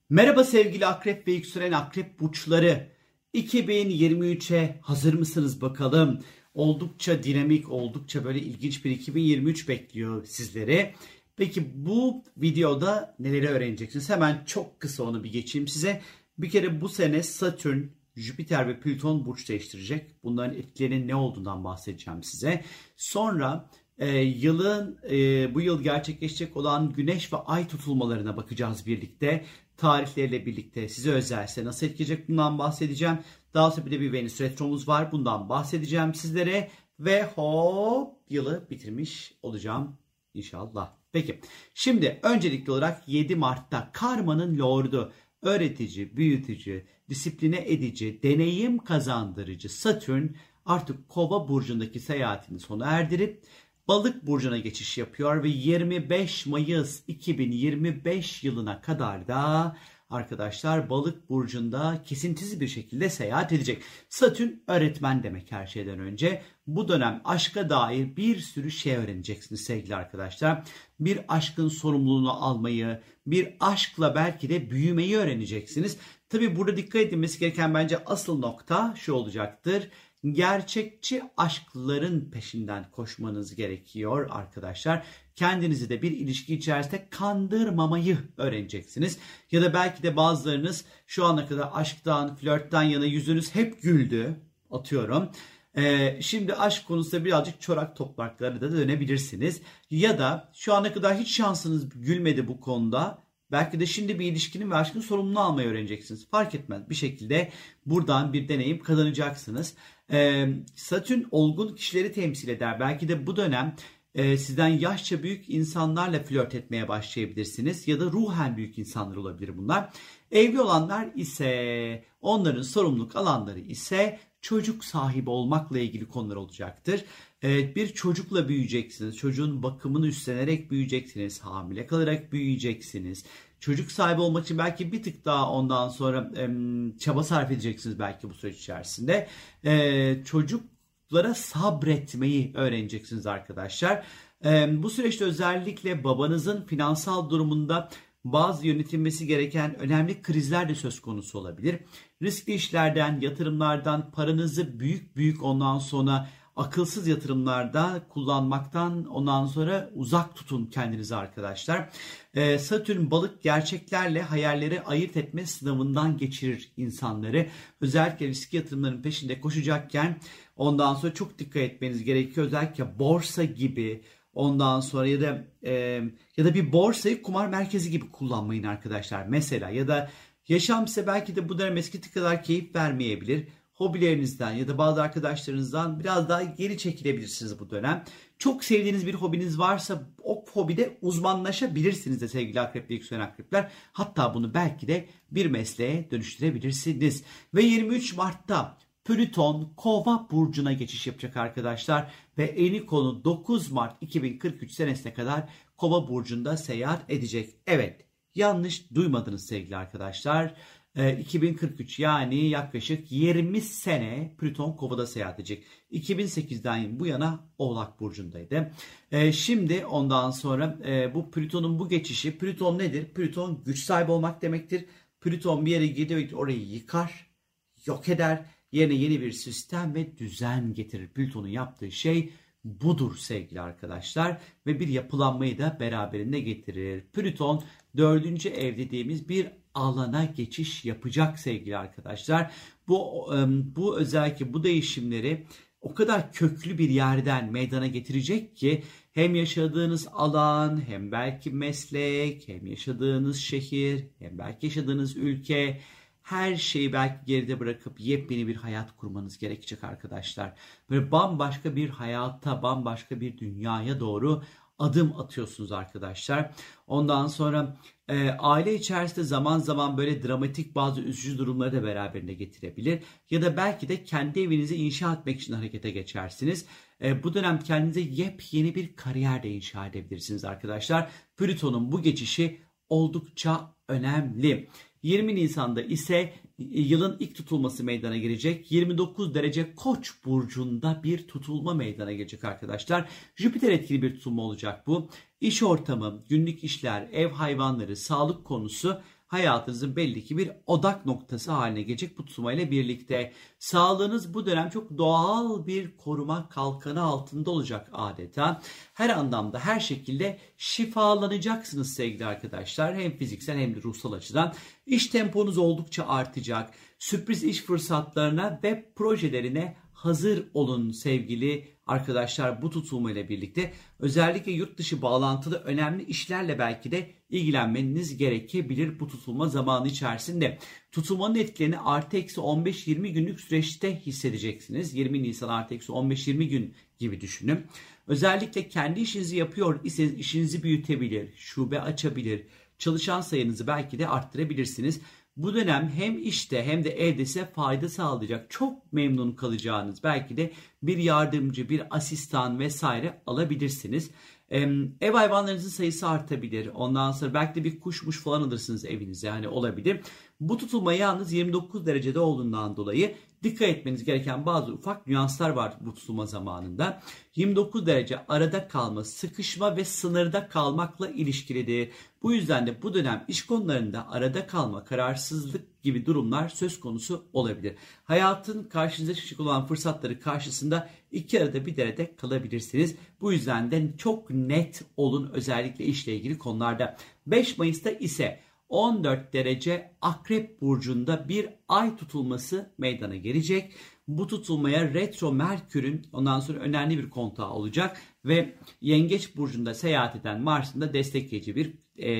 Merhaba sevgili akrep ve yükselen akrep burçları. 2023'e hazır mısınız bakalım? Oldukça dinamik, oldukça böyle ilginç bir 2023 bekliyor sizleri. Peki bu videoda neleri öğreneceksiniz? Hemen çok kısa onu bir geçeyim size. Bir kere bu sene Satürn, Jüpiter ve Plüton burç değiştirecek. Bunların etkilerinin ne olduğundan bahsedeceğim size. Sonra bu yıl gerçekleşecek olan Güneş ve Ay tutulmalarına bakacağız birlikte. Tarihleriyle birlikte size özelse nasıl etkileyecek bundan bahsedeceğim. Daha sonra bir Venüs retromuz var. Bundan bahsedeceğim sizlere. Ve hop yılı bitirmiş olacağım inşallah. Peki şimdi öncelikli olarak 7 Mart'ta karmanın lordu, öğretici, büyütücü, disipline edici, deneyim kazandırıcı Satürn artık Kova burcundaki seyahatini sona erdirip Balık burcuna geçiş yapıyor ve 25 Mayıs 2025 yılına kadar da arkadaşlar Balık burcunda kesintisiz bir şekilde seyahat edecek. Satürn öğretmen demek her şeyden önce. Bu dönem aşka dair bir sürü şey öğreneceksiniz sevgili arkadaşlar. Bir aşkın sorumluluğunu almayı, bir aşkla belki de büyümeyi öğreneceksiniz. Tabi burada dikkat edilmesi gereken bence asıl nokta şu olacaktır. Gerçekçi aşkların peşinden koşmanız gerekiyor arkadaşlar. Kendinizi de bir ilişki içerisinde kandırmamayı öğreneceksiniz. Ya da belki de bazılarınız şu ana kadar aşktan, flörtten yana yüzünüz hep güldü. Atıyorum. Şimdi aşk konusunda birazcık çorak topraklara da dönebilirsiniz. Ya da şu ana kadar hiç şansınız gülmedi bu konuda. Belki de şimdi bir ilişkinin ve aşkın sorumluluğunu almayı öğreneceksiniz. Fark etmez. Bir şekilde buradan bir deneyim kazanacaksınız. Satürn olgun kişileri temsil eder. Belki de bu dönem sizden yaşça büyük insanlarla flört etmeye başlayabilirsiniz. Ya da ruhen büyük insanlar olabilir bunlar. Evli olanlar ise onların sorumluluk alanları ise çocuk sahibi olmakla ilgili konular olacaktır. Bir çocukla büyüyeceksiniz. Çocuğun bakımını üstlenerek büyüyeceksiniz. Hamile kalarak büyüyeceksiniz. Çocuk sahibi olmak için belki bir tık daha ondan sonra çaba sarf edeceksiniz belki bu süreç içerisinde. Çocuklara sabretmeyi öğreneceksiniz arkadaşlar. Bu süreçte özellikle babanızın finansal durumunda bazı yönetilmesi gereken önemli krizler de söz konusu olabilir. Riskli işlerden, yatırımlardan, paranızı büyük ondan sonra akılsız yatırımlarda kullanmaktan ondan sonra uzak tutun kendinizi arkadaşlar. Satürn balık gerçeklerle hayalleri ayırt etme sınavından geçirir insanları. Özellikle riskli yatırımların peşinde koşacakken ondan sonra çok dikkat etmeniz gerekiyor. Özellikle borsa gibi ondan sonra ya da bir borsayı kumar merkezi gibi kullanmayın arkadaşlar. Mesela ya da yaşam size belki de bu dönem eskisi kadar keyif vermeyebilir. Hobilerinizden ya da bazı arkadaşlarınızdan biraz daha geri çekilebilirsiniz bu dönem. Çok sevdiğiniz bir hobiniz varsa o hobide uzmanlaşabilirsiniz de sevgili akrep ve yükselen akrepler. Hatta bunu belki de bir mesleğe dönüştürebilirsiniz. Ve 23 Mart'ta Plüton Kova burcuna geçiş yapacak arkadaşlar ve eni konu 9 Mart 2043 senesine kadar Kova burcunda seyahat edecek. Evet, yanlış duymadınız sevgili arkadaşlar. 2043 yani yaklaşık 20 sene Plüton Kova'da seyahat edecek. 2008'den bu yana Oğlak burcundaydı. Şimdi ondan sonra bu Plüton'un bu geçişi, Plüton nedir? Plüton güç sahibi olmak demektir. Plüton bir yere gidiyor, orayı yıkar, yok eder. Yerine yeni bir sistem ve düzen getirir. Plüton'un yaptığı şey budur sevgili arkadaşlar. Ve bir yapılanmayı da beraberinde getirir. Plüton 4. ev dediğimiz bir alana geçiş yapacak sevgili arkadaşlar. Bu özellikle bu değişimleri o kadar köklü bir yerden meydana getirecek ki hem yaşadığınız alan, hem belki meslek, hem yaşadığınız şehir, hem belki yaşadığınız ülke, her şeyi belki geride bırakıp yepyeni bir hayat kurmanız gerekecek arkadaşlar. Böyle bambaşka bir hayata, bambaşka bir dünyaya doğru adım atıyorsunuz arkadaşlar. Ondan sonra aile içerisinde zaman zaman böyle dramatik bazı üzücü durumları da beraberinde getirebilir. Ya da belki de kendi evinizi inşa etmek için harekete geçersiniz. Bu dönem kendinize yepyeni bir kariyer de inşa edebilirsiniz arkadaşlar. Plüton'un bu geçişi oldukça önemli. 20 Nisan'da ise yılın ilk tutulması meydana gelecek. 29 derece Koç burcunda bir tutulma meydana gelecek arkadaşlar. Jüpiter etkili bir tutulma olacak bu. İş ortamı, günlük işler, ev hayvanları, sağlık konusu hayatınızın belli ki bir odak noktası haline gelecek bu tutulmayla birlikte. Sağlığınız bu dönem çok doğal bir koruma kalkanı altında olacak adeta. Her anlamda, her şekilde şifalanacaksınız sevgili arkadaşlar. Hem fiziksel hem de ruhsal açıdan. İş temponuz oldukça artacak. Sürpriz iş fırsatlarına ve projelerine hazır olun sevgili arkadaşlar bu tutulma ile birlikte. Özellikle yurt dışı bağlantılı önemli işlerle belki de ilgilenmeniz gerekebilir bu tutulma zamanı içerisinde. Tutulmanın etkilerini artı eksi 15-20 günlük süreçte hissedeceksiniz. 20 Nisan artı eksi 15-20 gün gibi düşünün. Özellikle kendi işinizi yapıyor iseniz işinizi büyütebilir, şube açabilir, çalışan sayınızı belki de arttırabilirsiniz. Bu dönem hem işte hem de evde size fayda sağlayacak, çok memnun kalacağınız, belki de bir yardımcı, bir asistan vesaire alabilirsiniz. Ev hayvanlarınızın sayısı artabilir. Ondan sonra belki de bir kuşmuş falan alırsınız evinize, yani olabilir. Bu tutulma yalnız 29 derecede olduğundan dolayı dikkat etmeniz gereken bazı ufak nüanslar var bu tutulma zamanında. 29 derece arada kalma, sıkışma ve sınırda kalmakla ilişkilidir. Bu yüzden de bu dönem iş konularında arada kalma, kararsızlık gibi durumlar söz konusu olabilir. Hayatın karşınıza çıkacak olan fırsatları karşısında iki arada bir derede kalabilirsiniz. Bu yüzden de çok net olun özellikle işle ilgili konularda. 5 Mayıs'ta ise 14 derece Akrep Burcu'nda bir ay tutulması meydana gelecek. Bu tutulmaya retro Merkür'ün ondan sonra önemli bir kontağı olacak ve Yengeç Burcu'nda seyahat eden Mars'ın da destekleyici bir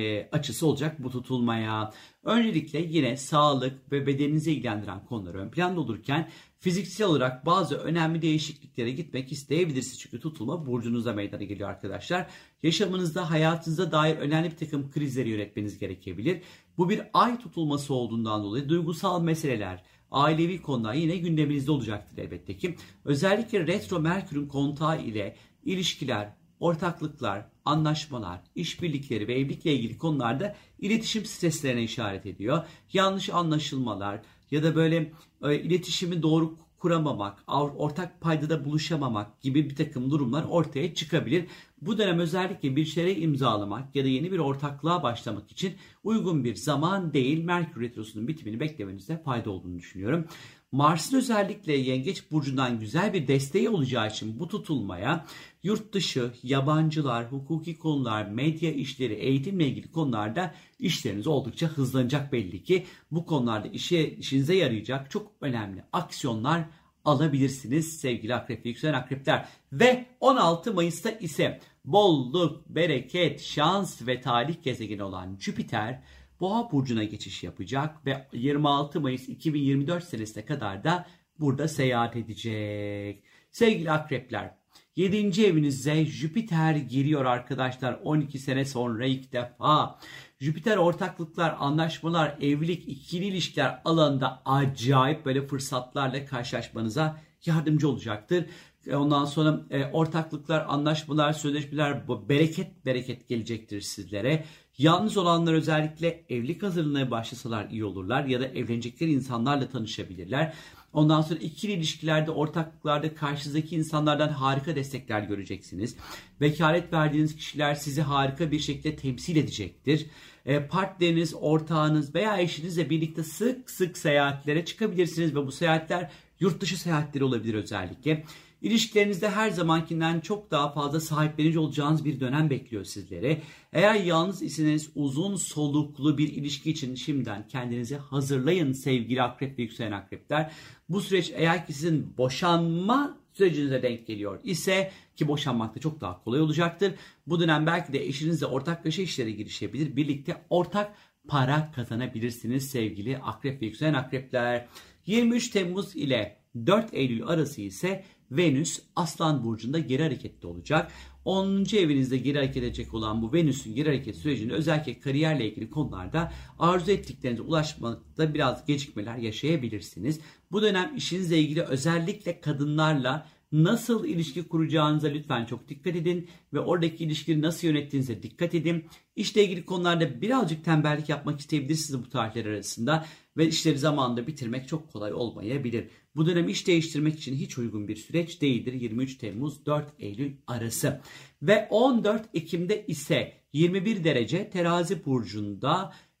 açısı olacak bu tutulmaya. Öncelikle yine sağlık ve bedeninizi ilgilendiren konular ön planda olurken fiziksel olarak bazı önemli değişikliklere gitmek isteyebilirsiniz. Çünkü tutulma burcunuzda meydana geliyor arkadaşlar. Yaşamınızda, hayatınıza dair önemli bir takım krizleri yönetmeniz gerekebilir. Bu bir ay tutulması olduğundan dolayı duygusal meseleler, ailevi konular yine gündeminizde olacaktır elbette ki. Özellikle retro Merkür'ün kontağı ile ilişkiler, ortaklıklar, anlaşmalar, işbirlikleri ve evlilikle ilgili konularda iletişim streslerine işaret ediyor. Yanlış anlaşılmalar ya da böyle iletişimi doğru kuramamak, ortak paydada buluşamamak gibi bir takım durumlar ortaya çıkabilir. Bu dönem özellikle bir şeyleri imzalamak ya da yeni bir ortaklığa başlamak için uygun bir zaman değil. Merkür Retrosu'nun bitimini beklemenizde fayda olduğunu düşünüyorum. Mars'ın özellikle Yengeç Burcu'ndan güzel bir desteği olacağı için bu tutulmaya yurt dışı, yabancılar, hukuki konular, medya işleri, eğitimle ilgili konularda işleriniz oldukça hızlanacak belli ki. Bu konularda işinize yarayacak çok önemli aksiyonlar alabilirsiniz sevgili akrep ve yükselen akrepler. Ve 16 Mayıs'ta ise bolluk, bereket, şans ve talih gezegeni olan Jüpiter Boğa burcuna geçiş yapacak ve 26 Mayıs 2024 senesine kadar da burada seyahat edecek. Sevgili akrepler, 7. evinize Jüpiter giriyor arkadaşlar 12 sene sonra ilk defa. Jüpiter ortaklıklar, anlaşmalar, evlilik, ikili ilişkiler alanında acayip böyle fırsatlarla karşılaşmanıza yardımcı olacaktır. Ondan sonra ortaklıklar, anlaşmalar, sözleşmeler bereket gelecektir sizlere. Yalnız olanlar özellikle evlilik hazırlığına başlasalar iyi olurlar ya da evlenecekleri insanlarla tanışabilirler. Ondan sonra ikili ilişkilerde, ortaklıklarda karşınızdaki insanlardan harika destekler göreceksiniz. Vekalet verdiğiniz kişiler sizi harika bir şekilde temsil edecektir. Partneriniz, ortağınız veya eşinizle birlikte sık sık seyahatlere çıkabilirsiniz ve bu seyahatler yurt dışı seyahatleri olabilir özellikle. İlişkilerinizde her zamankinden çok daha fazla sahiplenici olacağınız bir dönem bekliyor sizleri. Eğer yalnız iseniz uzun soluklu bir ilişki için şimdiden kendinizi hazırlayın sevgili akrep ve yükselen akrepler. Bu süreç eğer ki sizin boşanma sürecinize denk geliyor ise ki boşanmak da çok daha kolay olacaktır. Bu dönem belki de eşinizle ortaklaşa işlere girişebilir. Birlikte ortak para kazanabilirsiniz sevgili akrep ve yükselen akrepler. 23 Temmuz ile 4 Eylül arası ise Venüs Aslan Burcu'nda geri hareketli olacak. 10. evinizde geri hareket edecek olan bu Venüs'ün geri hareket sürecinde özellikle kariyerle ilgili konularda arzu ettiklerinize ulaşmakta biraz gecikmeler yaşayabilirsiniz. Bu dönem işinizle ilgili özellikle kadınlarla nasıl ilişki kuracağınıza lütfen çok dikkat edin ve oradaki ilişkileri nasıl yönettiğinize dikkat edin. İşle ilgili konularda birazcık tembellik yapmak isteyebilirsiniz bu tarihler arasında ve işleri zamanında bitirmek çok kolay olmayabilir. Bu dönem iş değiştirmek için hiç uygun bir süreç değildir. 23 Temmuz 4 Eylül arası. Ve 14 Ekim'de ise 21 derece Terazi burcunda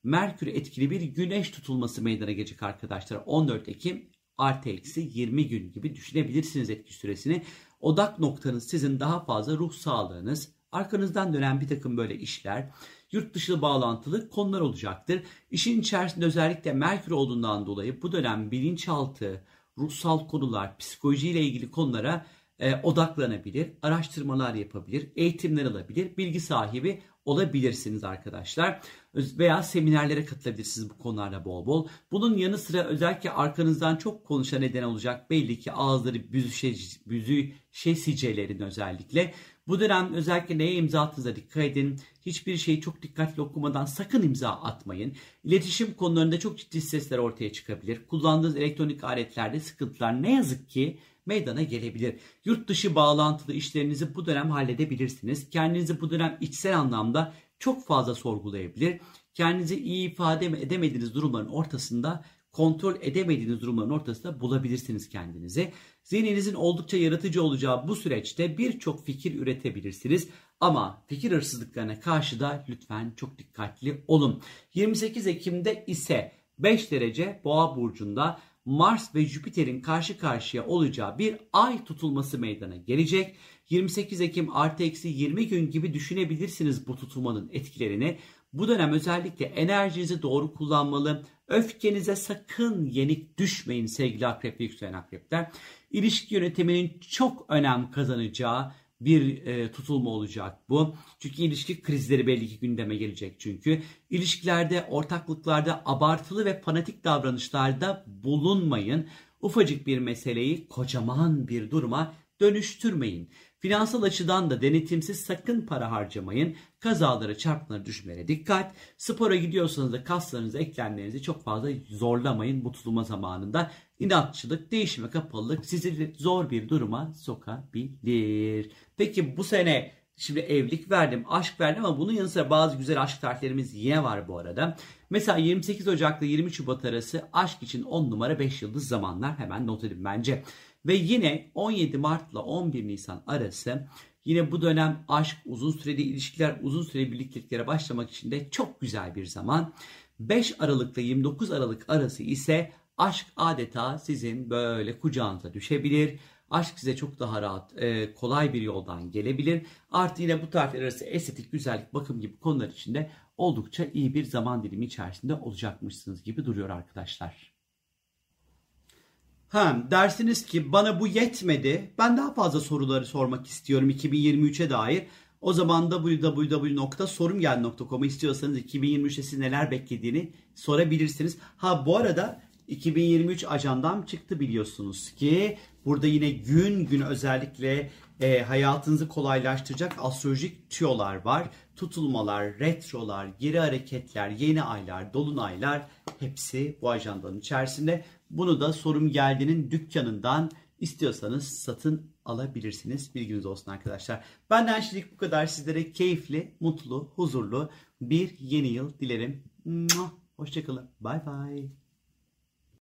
Merkür etkili bir güneş tutulması meydana gelecek arkadaşlar. 14 Ekim artı eksi 20 gün gibi düşünebilirsiniz etki süresini. Odak noktanız sizin daha fazla ruh sağlığınız, arkanızdan dönen bir takım böyle işler, yurt dışı bağlantılı konular olacaktır. İşin içerisinde özellikle Merkür olduğundan dolayı bu dönem bilinçaltı, ruhsal konular, psikolojiyle ilgili konulara odaklanabilir, araştırmalar yapabilir, eğitimler alabilir, bilgi sahibi olabilirsiniz arkadaşlar. Veya seminerlere katılabilirsiniz bu konularla bol bol. Bunun yanı sıra özellikle arkanızdan çok konuşan neden olacak belli ki ağızları büzüşesicelerin özellikle. Bu dönem özellikle neye imza attığınıza dikkat edin. Hiçbir şeyi çok dikkatli okumadan sakın imza atmayın. İletişim konularında çok ciddi sesler ortaya çıkabilir. Kullandığınız elektronik aletlerde sıkıntılar ne yazık ki meydana gelebilir. Yurt dışı bağlantılı işlerinizi bu dönem halledebilirsiniz. Kendinizi bu dönem içsel anlamda çok fazla sorgulayabilir. Kendinizi iyi ifade edemediğiniz durumların ortasında, kontrol edemediğiniz durumların ortasında bulabilirsiniz kendinizi. Zihninizin oldukça yaratıcı olacağı bu süreçte birçok fikir üretebilirsiniz. Ama fikir hırsızlıklarına karşı da lütfen çok dikkatli olun. 28 Ekim'de ise 5 derece Boğa burcunda Mars ve Jüpiter'in karşı karşıya olacağı bir ay tutulması meydana gelecek. 28 Ekim artı eksi 20 gün gibi düşünebilirsiniz bu tutulmanın etkilerini. Bu dönem özellikle enerjinizi doğru kullanmalı. Öfkenize sakın yenik düşmeyin sevgili akrep ve yükselen akrepler. İlişki yönetiminin çok önem kazanacağı bir tutulma olacak bu. Çünkü ilişki krizleri belli ki gündeme gelecek çünkü. İlişkilerde, ortaklıklarda abartılı ve fanatik davranışlarda bulunmayın. Ufacık bir meseleyi kocaman bir duruma dönüştürmeyin. Finansal açıdan da denetimsiz sakın para harcamayın. Kazalara, çarpmalara düşmelere dikkat. Spora gidiyorsanız da kaslarınızı, eklemlerinizi çok fazla zorlamayın bu tutulma zamanında. İnatçılık, değişime kapalılık sizi zor bir duruma sokabilir. Peki bu sene şimdi evlilik verdim, aşk verdim ama bunun yanı sıra bazı güzel aşk tarihlerimiz yine var bu arada. Mesela 28 Ocak ile 20 Şubat arası aşk için 10 numara 5 yıldız zamanlar, hemen not edin bence. Ve yine 17 Mart ile 11 Nisan arası yine bu dönem aşk, uzun süreli ilişkiler, uzun süreli birlikteliklere başlamak için de çok güzel bir zaman. 5 Aralık ile 29 Aralık arası ise aşk adeta sizin böyle kucağınıza düşebilir. Aşk size çok daha rahat, kolay bir yoldan gelebilir. Artı yine bu tarihler arası estetik, güzellik, bakım gibi konular için de oldukça iyi bir zaman dilimi içerisinde olacakmışsınız gibi duruyor arkadaşlar. Dersiniz ki bana bu yetmedi. Ben daha fazla soruları sormak istiyorum 2023'e dair. O zaman www.sorumgel.com'a istiyorsanız 2023'te sizi neler beklediğini sorabilirsiniz. Bu arada 2023 ajandam çıktı biliyorsunuz ki. Burada yine gün gün özellikle hayatınızı kolaylaştıracak astrolojik tüyolar var. Tutulmalar, retrolar, geri hareketler, yeni aylar, dolunaylar hepsi bu ajandanın içerisinde. Bunu da Sorum Geldi'nin dükkanından istiyorsanız satın alabilirsiniz. Bilginiz olsun arkadaşlar. Benden şimdilik bu kadar. Sizlere keyifli, mutlu, huzurlu bir yeni yıl dilerim. Hoşçakalın. Bye bye.